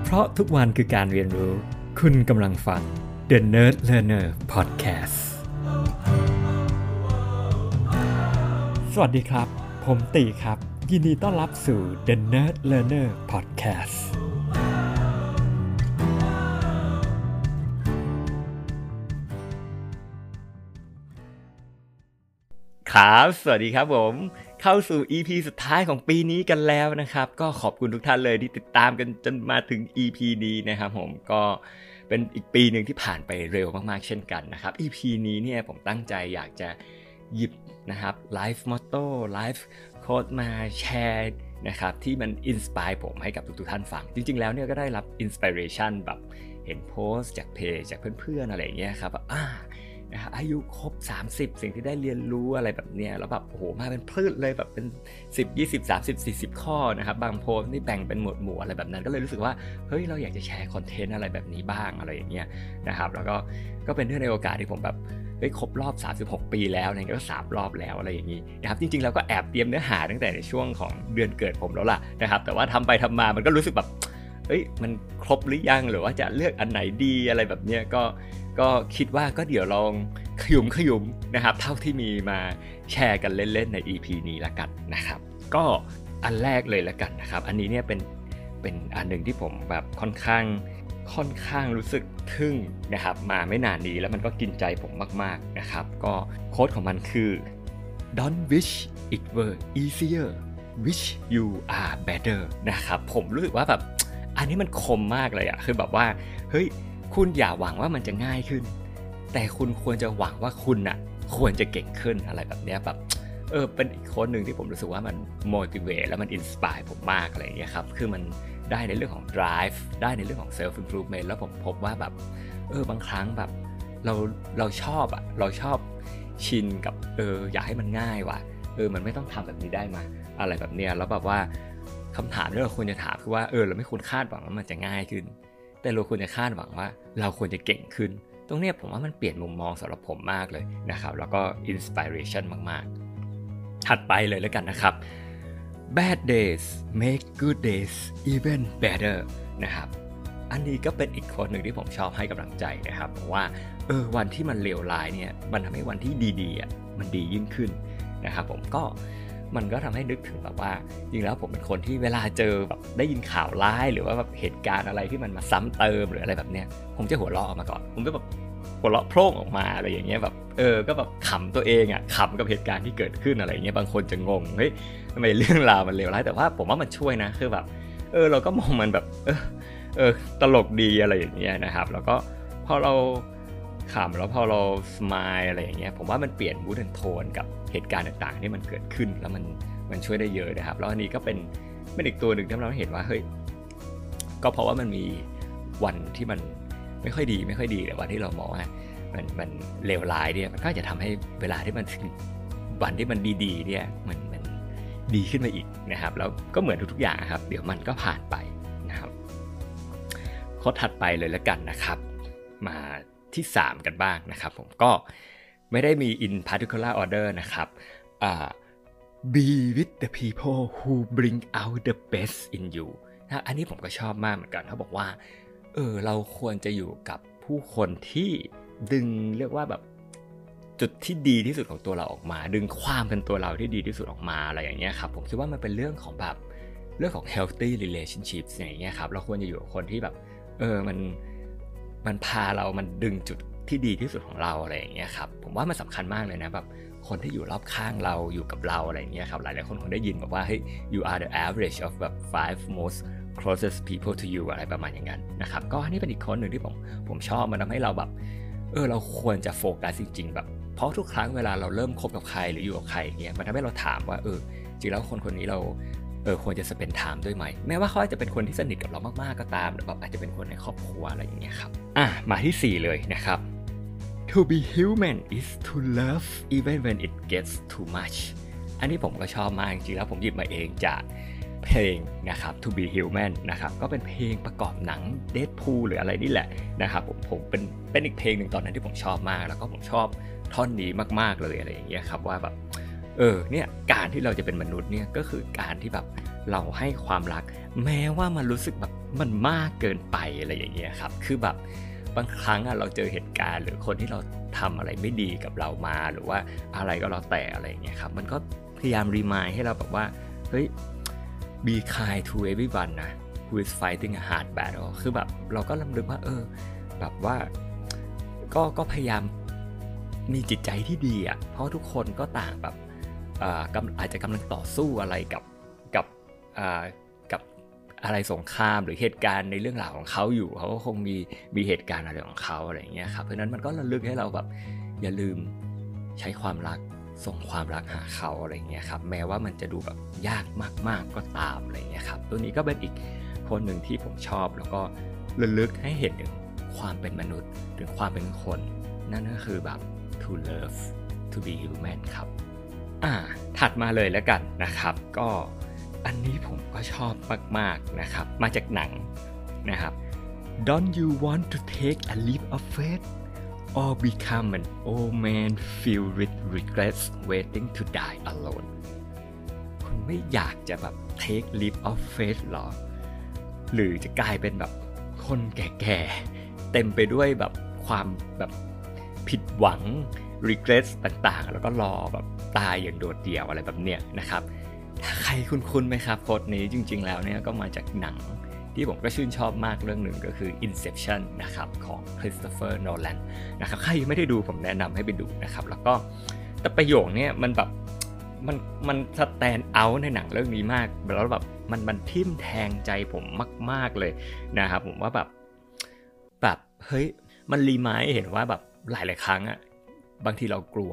เพราะทุกวันคือการเรียนรู้คุณกำลังฟัง The Nerd Learner Podcast สวัสดีครับผมตีครับยินดีต้อนรับสู่ The Nerd Learner Podcastครับสวัสดีครับผมเข้าสู่ EP สุดท้ายของปีนี้กันแล้วนะครับก็ขอบคุณทุกท่านเลยที่ติดตามกันจนมาถึง EP นี้นะครับผมก็เป็นอีกปีนึงที่ผ่านไปเร็วมากๆเช่นกันนะครับ EP นี้เนี่ยผมตั้งใจอยากจะหยิบนะครับ Life Motto Life Quote มาแชร์นะครับที่มันอินสไปร์ผมให้กับทุกๆท่านฟังจริงๆแล้วเนี่ยก็ได้รับอินสปิเรชันแบบเห็นโพสต์จากเพจจากเพื่อนๆอะไรอย่างเงี้ยครับนะครับอายุครบ30สิ่งที่ได้เรียนรู้อะไรแบบเนี้ยแล้วแบบโอ้โหมาเป็นพืชเลยแบบเป็น10 20 30 40ข้อนะครับบางโพสต์นี่แบ่งเป็นหมวดหมู่อะไรแบบนั้นก็เลยรู้สึกว่าเฮ้ยเราอยากจะแชร์คอนเทนต์อะไรแบบนี้บ้างอะไรอย่างเงี้ยนะครับแล้วก็เป็นเรื่องในโอกาสที่ผมแบบครบรอบ36ปีแล้วเนี่ยก็3รอบแล้วอะไรอย่างงี้นะครับจริงๆแล้วก็แอบเตรียมเนื้อหาตั้งแต่ในช่วงของเดือนเกิดผมแล้วล่ะนะครับแต่ว่าทำไปทำมามันก็รู้สึกแบบมันครบหรือยังหรือว่าจะเลือกอันไหนดีอะไรแบบเนี้ยก็คิดว่าก็เดี๋ยวลองขยุมนะครับเท่าที่มีมาแชร์กันเล่นๆใน EP นี้ละกันนะครับก็อันแรกเลยละกันนะครับอันนี้เนี่ยเป็นอันหนึ่งที่ผมแบบค่อนข้างรู้สึกทึ่งนะครับมาไม่นานนี้แล้วมันก็กินใจผมมากๆนะครับก็โค้ดของมันคือ Don't wish it were easier wish you are better นะครับผมรู้สึกว่าแบบอันนี้มันคมมากเลยอะคือแบบว่าเฮ้ยคุณอย่าหวังว่ามันจะง่ายขึ้นแต่คุณควรจะหวังว่าคุณน่ะควรจะเก่งขึ้นอะไรแบบเนี้ยแบบเป็นอีกคนหนึ่งที่ผมรู้สึกว่ามัน motivate แล้วมัน inspire ผมมากอะไรอย่างเงี้ยครับคือมันได้ในเรื่องของ drive ได้ในเรื่องของ self improvement แล้วผมพบว่าแบบบางครั้งแบบเราชอบเราชอบชินกับอยากให้มันง่ายว่ะมันไม่ต้องทำแบบนี้ได้มาอะไรแบบเนี้ยแล้วแบบว่าคำถามที่เราควรจะถามคือว่าเราไม่ควรคาดหวังว่ามันจะง่ายขึ้นแต่เราควรจะคาดหวังว่าเราควรจะเก่งขึ้นตรงนี้ผมว่ามันเปลี่ยนมุมมองสำหรับผมมากเลยนะครับแล้วก็อินสปิเรชันมากๆถัดไปเลยแล้วกันนะครับ Bad days make good days even better นะครับอันนี้ก็เป็นอีกคนหนึ่งที่ผมชอบให้กำลังใจนะครับเพราะว่าวันที่มันเลวร้ายเนี่ยมันทำให้วันที่ดีๆมันดียิ่งขึ้นนะครับผมก็มันก็ทำให้นึกถึงแบบว่าจริงแล้วผมเป็นคนที่เวลาเจอแบบได้ยินข่าวร้ายหรือว่าแบบเหตุการณ์อะไรที่มันมาซ้ำเติมหรืออะไรแบบเนี้ยผมจะหัวเราะออกมาก่อนผมก็แบบหัวเราะโพร่งออกมาอะไรอย่างเงี้ยแบบก็แบบขำตัวเองขำกับเหตุการณ์ที่เกิดขึ้นอะไรอย่างเงี้ยบางคนจะงงเฮ้ยทำไมเรื่องราวมันเลวร้ายแต่ว่าผมว่ามันช่วยนะคือแบบเราก็มองมันแบบตลกดีอะไรอย่างเงี้ยนะครับแล้วก็พอเราขำแล้วพอเราสมายอะไรอย่างเงี้ยผมว่ามันเปลี่ยนมูดแอนด์โทนกับเหตุการณ์ต่างๆที่มันเกิดขึ้นแล้วมันช่วยได้เยอะนะครับแล้วอันนี้ก็เป็นอีกตัวหนึ่งที่เราเห็นว่าเฮ้ยก็เพราะว่ามันมีวันที่มันไม่ค่อยดีแต่วันที่เรามองว่ามันเลวร้ายเนี่ยมันก็จะทำให้เวลาที่มันถึงวันที่มันดีๆเนี่ยมันดีขึ้นมาอีกนะครับแล้วก็เหมือนทุกๆอย่างครับเดี๋ยวมันก็ผ่านไปนะครับข้อถัดไปเลยแล้วกันนะครับมาที่3กันบ้างนะครับผมก็ไม่ได้มี in particular order นะครับbe with the people who bring out the best in you นะอันนี้ผมก็ชอบมากเหมือนกันเขาบอกว่าเราควรจะอยู่กับผู้คนที่ดึงเรียกว่าแบบจุดที่ดีที่สุดของตัวเราออกมาดึงความเป็นตัวเราที่ดีที่สุดออกมาอะไรอย่างเงี้ยครับผมคิดว่ามันเป็นเรื่องของแบบเรื่องของ healthy relationships อย่างเงี้ยครับเราควรจะอยู่กับคนที่แบบมันพาเรามันดึงจุดที่ดีที่สุดของเราอะไรอย่างเงี้ยครับผมว่ามันสำคัญมากเลยนะแบบคนที่อยู่รอบข้างเราอยู่กับเราอะไรอย่างเงี้ยครับหลายๆคนคงได้ยินบอกว่าเฮ้ย you are the average of แบบ 5 most closest people to you อะไรประมาณอย่างนั้นนะครับก็นี่เป็นอีกคนหนึ่งที่ผมชอบมันทำให้เราแบบเราควรจะโฟกัสจริงๆแบบเพราะทุกครั้งเวลาเราเริ่มคบกับใครหรืออยู่กับใครอย่างเงี้ยมันทำให้เราถามว่าจริงแล้วคนนี้เราควรจะ spend time ด้วยไหมแม้ว่าเขาจะเป็นคนที่สนิทกับเรามากๆก็ตามหรือแบบอาจจะเป็นคนในครอบครัวอะไรอย่างเงี้ยครับมาที่4เลยนะครับ To be human is to love even when it gets too much อันนี้ผมก็ชอบมากจริงๆแล้วผมหยิบมาเองจากเพลงนะครับ To be human นะครับก็เป็นเพลงประกอบหนัง Deadpool หรืออะไรนี่แหละนะครับผมเป็นอีกเพลงหนึ่งตอนนั้นที่ผมชอบมากแล้วก็ผมชอบท่อนนี้มากๆเลยอะไรอย่างเงี้ยครับว่าแบบเนี่ยการที่เราจะเป็นมนุษย์เนี่ยก็คือการที่แบบเราให้ความรักแม้ว่ามันรู้สึกแบบมันมากเกินไปอะไรอย่างเงี้ยครับคือแบบบางครั้งเราเจอเหตุการณ์หรือคนที่เราทำอะไรไม่ดีกับเรามาหรือว่าอะไรก็แล้วแต่อะไรอย่างเงี้ยครับมันก็พยายามรีมายให้เราแบบว่าเฮ้ย be kind to everyone นะ who is fighting a hard battle คือแบบเราก็รำลึกว่าแบบว่าก็พยายามมีจิตใจที่ดีเพราะทุกคนก็ต่างแบบอาจจะกำลังต่อสู้อะไรกับอะไรสงครามหรือเหตุการณ์ในเรื่องราวของเขาอยู่เขาก็คงมีเหตุการณ์อะไรของเขาอะไรอย่างเงี้ยครับเพราะนั้นมันก็ระลึกให้เราแบบอย่าลืมใช้ความรักส่งความรักหาเขาอะไรอย่างเงี้ยครับแม้ว่ามันจะดูแบบยากมากๆก็ตามอะไรอย่างเงี้ยครับตัวนี้ก็เป็นอีกคนหนึ่งที่ผมชอบแล้วก็ระลึกให้เห็นถึงความเป็นมนุษย์ถึงความเป็นคนนั่นก็คือแบบ to love to be human ครับถัดมาเลยแล้วกันนะครับก็อันนี้ผมก็ชอบมากๆนะครับมาจากหนังนะครับ Don't you want to take a leap of faith or become an old man filled with regrets waiting to die alone คุณไม่อยากจะแบบ take leap of faith หรอหรือจะกลายเป็นแบบคนแก่ๆเต็มไปด้วยแบบความแบบผิดหวัง regrets ต่างๆแล้วก็รอแบบตายอย่างโดดเดี่ยวอะไรแบบเนี้ยนะครับถ้าใครคุ้นๆไหมครับโค้ดนี้จริงๆแล้วเนี่ยก็มาจากหนังที่ผมก็ชื่นชอบมากเรื่องหนึ่งก็คือ Inception นะครับของ Christopher Nolan นะครับใครไม่ได้ดูผมแนะนำให้ไปดูนะครับแล้วก็แต่ประโยคนี้มันแบบมันสแตนด์เอาท์ในหนังเรื่องนี้มากแล้วแบบมันทิ่มแทงใจผมมากๆเลยนะครับผมว่าแบบเฮ้ยมันรีมายด์เห็นว่าแบบหลายๆครั้งบางทีเรากลั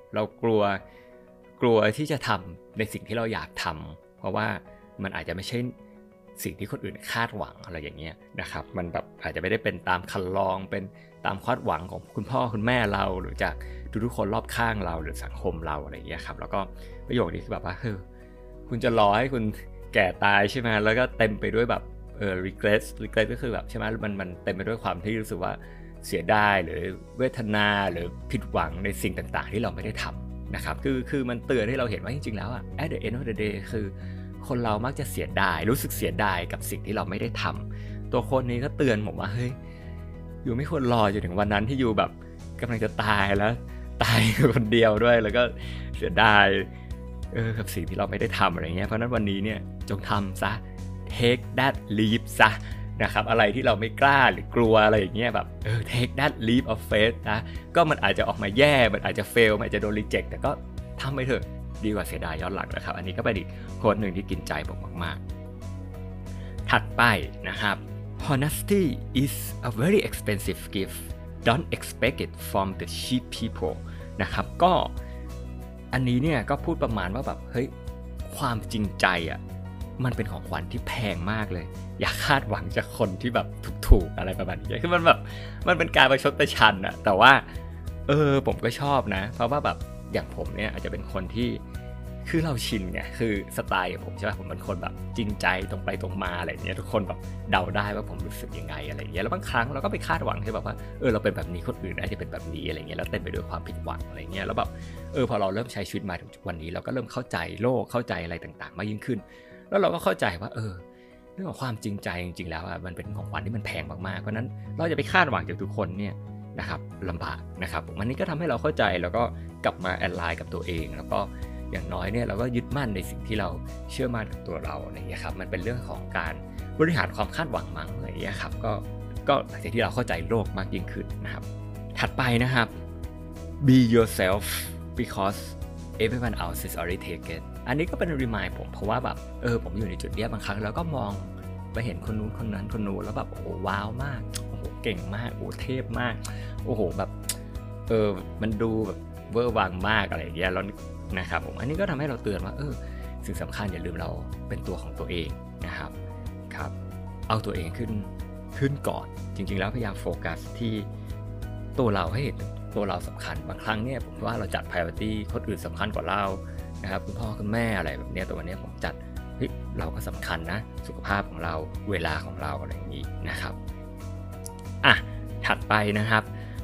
วที่จะทำในสิ่งที่เราอยากทำเพราะว่ามันอาจจะไม่ใช่สิ่งที่คนอื่นคาดหวังอะไรอย่างเงี้ยนะครับมันแบบอาจจะไม่ได้เป็นตามคันลองเป็นตามคาดหวังของคุณพ่อคุณแม่เราหรือจากทุกๆคนรอบข้างเราหรือสังคมเราอะไรอย่างเงี้ยครับแล้วก็ประโยคนี้คือแบบว่าคุณจะรอให้คุณแก่ตายใช่ไหมแล้วก็เต็มไปด้วยแบบregret ก็คือแบบใช่ไหมมันเต็มไปด้วยความที่รู้สึกว่าเสียดายหรือเวทนาหรือผิดหวังในสิ่งต่างๆที่เราไม่ได้ทำนะครับคือมันเตือนให้เราเห็นว่าจริงๆแล้วat the end of the day คือคนเรามักจะเสียดายรู้สึกเสียดายกับสิ่งที่เราไม่ได้ทำตัวคนนี้ก็เตือนผมว่าเฮ้ยอยู่ไม่ควรรอจนถึงวันนั้นที่อยู่แบบกำลังจะตายแล้วตายคนเดียวด้วยแล้วก็เสียดายกับสิ่งที่เราไม่ได้ทำอะไรเงี้ยเพราะนั้นวันนี้เนี่ยจงทำซะ take that leap ซะนะครับอะไรที่เราไม่กล้าหรือกลัวอะไรอย่างเงี้ยแบบtake that leap of faith นะก็มันอาจจะออกมาแย่มันอาจจะ fail มันอาจจะโดน reject แต่ก็ทำไปเถอะดีกว่าเสียดายย้อนหลังนะครับอันนี้ก็เป็นอีกโค้ดหนึ่งที่กินใจผมมากๆถัดไปนะครับ honesty is a very expensive gift don't expect it from the cheap people นะครับก็อันนี้เนี่ยก็พูดประมาณว่าแบบเฮ้ยความจริงใจมันเป็นของขวัญที่แพงมากเลยอย่าคาดหวังจากคนที่แบบถูกๆอะไรประมาณนี้คือมันแบบมันเป็นการประชดประชันแต่ว่าผมก็ชอบนะเพราะว่าแบบอย่างผมเนี่ยอาจจะเป็นคนที่คือเราชินไงคือสไตล์ของผมใช่ป่ะผมเป็นคนแบบจริงใจตรงไปตรงมาอะไรอย่างเงี้ยทุกคนแบบเดาได้ว่าผมรู้สึกยังไงอะไรอย่างเงี้ยแล้วบางครั้งเราก็ไปคาดหวังให้แบบว่าเราเป็นแบบนี้คนอื่นอาจจะเป็นแบบนี้อะไรเงี้ยแล้วเต็มไปด้วยความผิดหวังอะไรเงี้ยแล้วแบบพอเราเริ่มใช้ชีวิตมาถึงวันนี้เราก็เริ่มเข้าใจโลกเข้าใจอะไรต่างๆมากยิ่งขึ้นแล้วเราก็เข้าใจว่าเรื่องของความจริงใจจริงๆแล้วมันเป็นของขวัญที่มันแพงมากๆเพราะนั้นเราจะไปคาดหวังจากทุกคนเนี่ยนะครับลำบากนะครับอันนี้ก็ทำให้เราเข้าใจแล้วก็กลับมาแอนไลน์กับตัวเองแล้วก็อย่างน้อยเนี่ยเราก็ยึดมั่นในสิ่งที่เราเชื่อมั่นกับตัวเราอะไรอย่างเงี้ยครับมันเป็นเรื่องของการบริหารความคาดหวังมั้งอะไรอย่างเงี้ยครับก็หลังจากที่เราเข้าใจโลกมากยิ่งขึ้นนะครับถัดไปนะครับ be yourself because everyone else is already taken อันนี้ก็เป็นรีมายผมเพราะว่าแบบผมอยู่ในจุดเนี้ยบางครั้งแล้วก็มองไปเห็นคนนู้นคนนั้นคนนู้นแล้วแบบโอ้โหว้าวมากโอ้โหเก่งมากโอ้เทพมากโอ้โหแบบมันดูแบบเวอร์วังมากอะไรอย่างเงี้ยแล้วนะครับผมอันนี้ก็ทำให้เราเตือนว่าสิ่งสำคัญอย่าลืมเราเป็นตัวของตัวเองนะครับครับเอาตัวเองขึ้นก่อนจริงๆแล้วพยายามโฟกัสที่ตัวเราให้เห็นตัวเราสำคัญบางครั้งเนี่ยผมว่าเราจัด priority คนอื่นสำคัญกว่าเรานะครับคุณพ่อคุณแม่อะไรแบบนี้แต่วันนี้ผมจัดเราก็สำคัญนะสุขภาพของเราเวลาของเราอะไรอย่างนี้นะครับถัดไปนะครับ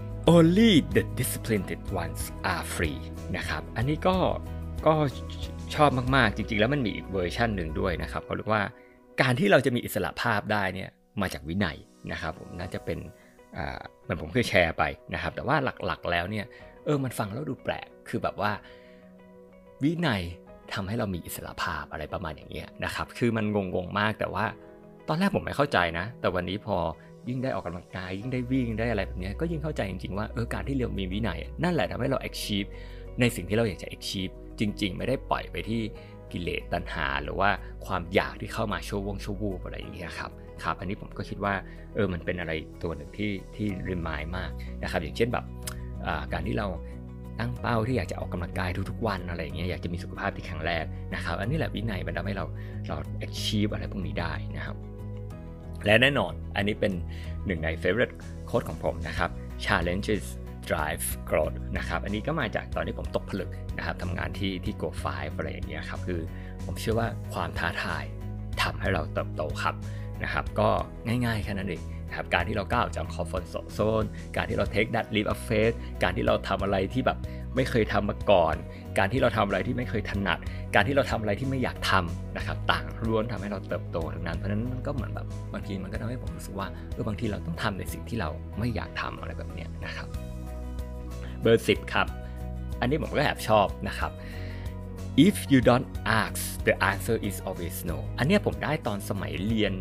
only the disciplined ones are free นะครับอันนี้ก็ชอบมากๆจริงๆแล้วมันมีอีกเวอร์ชันหนึ่งด้วยนะครับเขาเรียกว่าการที่เราจะมีอิสระภาพได้เนี่ยมาจากวินัยนะครับผมน่าจะเป็นเหมือนผมเคยแชร์ไปนะครับแต่ว่าหลักๆแล้วเนี่ยมันฟังแล้วดูแปลกคือแบบว่าวินัยทำให้เรามีอิสรภาพอะไรประมาณอย่างเงี้ยนะครับคือมันงงมากแต่ว่าตอนแรกผมไม่เข้าใจนะแต่วันนี้พอยิ่งได้ออกกำลังกายยิ่งได้วิ่งได้อะไรแบบนี้ก็ยิ่งเข้าใจจริงๆว่าการที่เรามีวินัยนั่นแหละทำให้เรา achieve ในสิ่งที่เราอยากจะ achieve จริงๆไม่ได้ปล่อยไปที่กิเลสตัณหาหรือว่าความอยากที่เข้ามาชั่ววูบอะไรอย่างเงี้ยครับอันนี้ผมก็คิดว่ามันเป็นอะไรตัวหนึ่งที่remindมากนะครับอย่างเช่นแบบการที่เราตั้งเป้าที่อยากจะออกกำลังกายทุกๆวันอะไรอย่างเงี้ยอยากจะมีสุขภาพที่แข็งแรงนะครับอันนี้แหละวินัยมันทำให้เรา achieve อะไรพวกนี้ได้นะครับและแน่นอนอันนี้เป็นหนึ่งใน favorite quote ของผมนะครับ challenges drive growth นะครับอันนี้ก็มาจากตอนที่ผมตกผลึกนะครับทำงานที่ Go5 อะไรอย่างเงี้ยครับคือผมเชื่อว่าความท้าทายทำให้เราเติบโตครับนะครับก็ง่ายๆแค่นั้นเองนะครับการที่เราก้าวจาก comfort zone การที่เรา take that leap of faith การที่เราทำอะไรที่แบบไม่เคยทำมาก่อนการที่เราทำอะไรที่ไม่เคยถนัดการที่เราทำอะไรที่ไม่อยากทำนะครับต่างล้วนทำให้เราเติบโตทั้งนั้นเพราะฉะนั้นมันก็เหมือนแบบบางทีมันก็ทำให้ผมรู้สึกว่าบางทีเราต้องทำในสิ่งที่เราไม่อยากทำอะไรแบบนี้นะครับเบอร์ 10 ครับอันนี้ผมก็แอบชอบนะครับ if you don't ask the answer is always no อันนี้ผมได้ตอนสมัยเรียน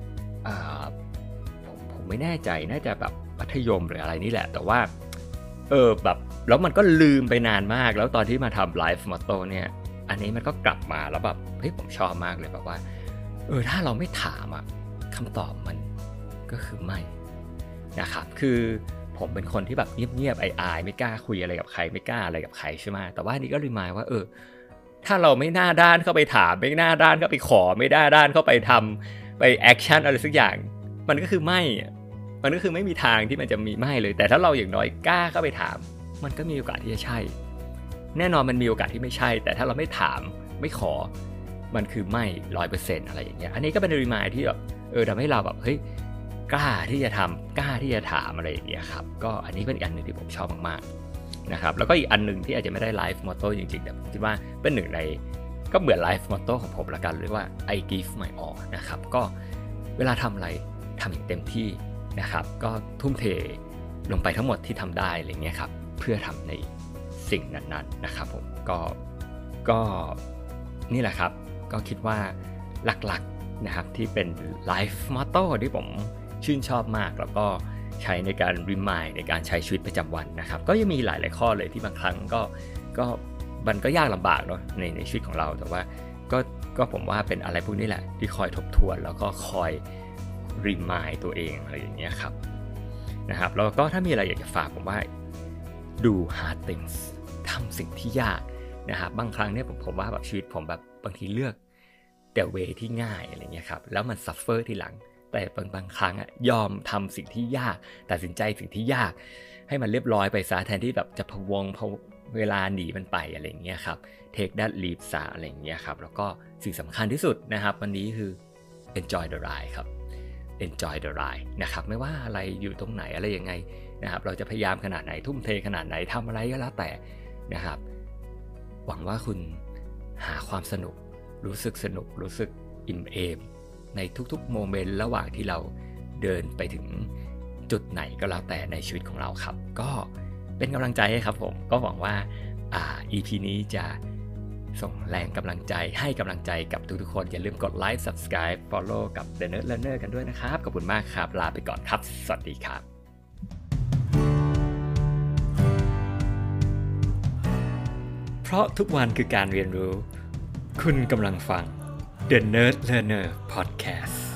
ผมไม่แน่ใจน่าจะแบบมัธยมหรืออะไรนี่แหละแต่ว่าแบบแล้วมันก็ลืมไปนานมากแล้วตอนที่มาทำ Life Motto เนี่ยอันนี้มันก็กลับมาแล้วแบบผมชอบมากเลยแบบว่าถ้าเราไม่ถามคำตอบมันก็คือไม่นะครับคือผมเป็นคนที่แบบเงียบๆอายๆไม่กล้าคุยอะไรกับใครไม่กล้าอะไรกับใครใช่ไหมแต่ว่านี่ก็รีมายว่าถ้าเราไม่หน้าด้านเข้าไปถามไม่หน้าด้านเข้าไปขอไม่หน้าด้านเข้าไปทำไปแอคชั่นอะไรสักอย่างมันก็คือไม่มันก็คือไม่มีทางที่มันจะมีไม่เลยแต่ถ้าเราอย่างน้อยกล้าเข้าไปถามมันก็มีโอกาสที่จะใช่แน่นอนมันมีโอกาสที่ไม่ใช่แต่ถ้าเราไม่ถามไม่ขอมันคือไม่ 100% อะไรอย่างเงี้ยอันนี้ก็เป็นรีมายที่แบบทำให้เราแบบกล้าที่จะทำกล้าที่จะถามอะไรอย่างเงี้ยครับก็อันนี้เป็นอีกอันหนึ่งที่ผมชอบมากๆนะครับแล้วก็อีกอันหนึ่งที่อาจจะไม่ได้ไลฟ์มอตโต้จริงๆแต่ผมคิดว่าเป็นหนึ่งในก็เหมือนไลฟ์มอตโต้ของผมละกันหรือว่า I give my all นะครับก็เวลาทำอะไรทำอย่างเต็มที่นะครับก็ทุ่มเทลงไปทั้งหมดที่ทำได้อะไรเงี้ยครับเพื่อทำในสิ่งนั้นๆนะครับผมก็นี่แหละครับก็คิดว่าหลักๆนะครับที่เป็นไลฟ์มอตโต้ที่ผมชื่นชอบมากแล้วก็ใช้ในการรีมายในการใช้ชีวิตประจำวันนะครับก็ยังมีหลายๆข้อเลยที่บางครั้งก็มันก็ยากลำบากเนาะในชีวิตของเราแต่ว่าก็ผมว่าเป็นอะไรพวกนี้แหละที่คอยทบทวนแล้วก็คอยรีมายตัวเองอะไรอย่างเงี้ยครับนะครับแล้วก็ถ้ามีอะไรอยากจะฝากผมว่าdo hard things ทำสิ่งที่ยากนะครับบางครั้งเนี่ยผมว่าแบบชีวิตผมแบบบางทีเลือกแต่เวที่ง่ายอะไรเงี้ยครับแล้วมันซัฟเฟอร์ทีหลังแต่บางครั้งยอมทำสิ่งที่ยากตัดสินใจสิ่งที่ยากให้มันเรียบร้อยไปซะแทนที่แบบจะพะวงเวลาหนีมันไปอะไรอย่างเงี้ยครับ take that leap ซะอะไรอย่างเงี้ยครับแล้วก็สิ่งสำคัญที่สุดนะครับวันนี้คือ enjoy the ride ครับ enjoy the ride นะครับไม่ว่าอะไรอยู่ตรงไหนอะไรยังไงนะครับเราจะพยายามขนาดไหนทุ่มเทขนาดไหนทำอะไรก็แล้วแต่นะครับหวังว่าคุณหาความสนุกรู้สึกสนุกรู้สึกอิ่มเอมในทุกๆโมเมนต์ระหว่างที่เราเดินไปถึงจุดไหนก็แล้วแต่ในชีวิตของเราครับก็เป็นกำลังใจให้ครับผมก็หวังว่าEP นี้จะส่งแรงกำลังใจให้กำลังใจกับทุกๆคนอย่าลืมกดไลค์ Subscribe Follow กับ The Nerd Learner กันด้วยนะครับขอบคุณมากครับลาไปก่อนครับสวัสดีครับเพราะทุกวันคือการเรียนรู้คุณกำลังฟัง The Nerd Learner Podcast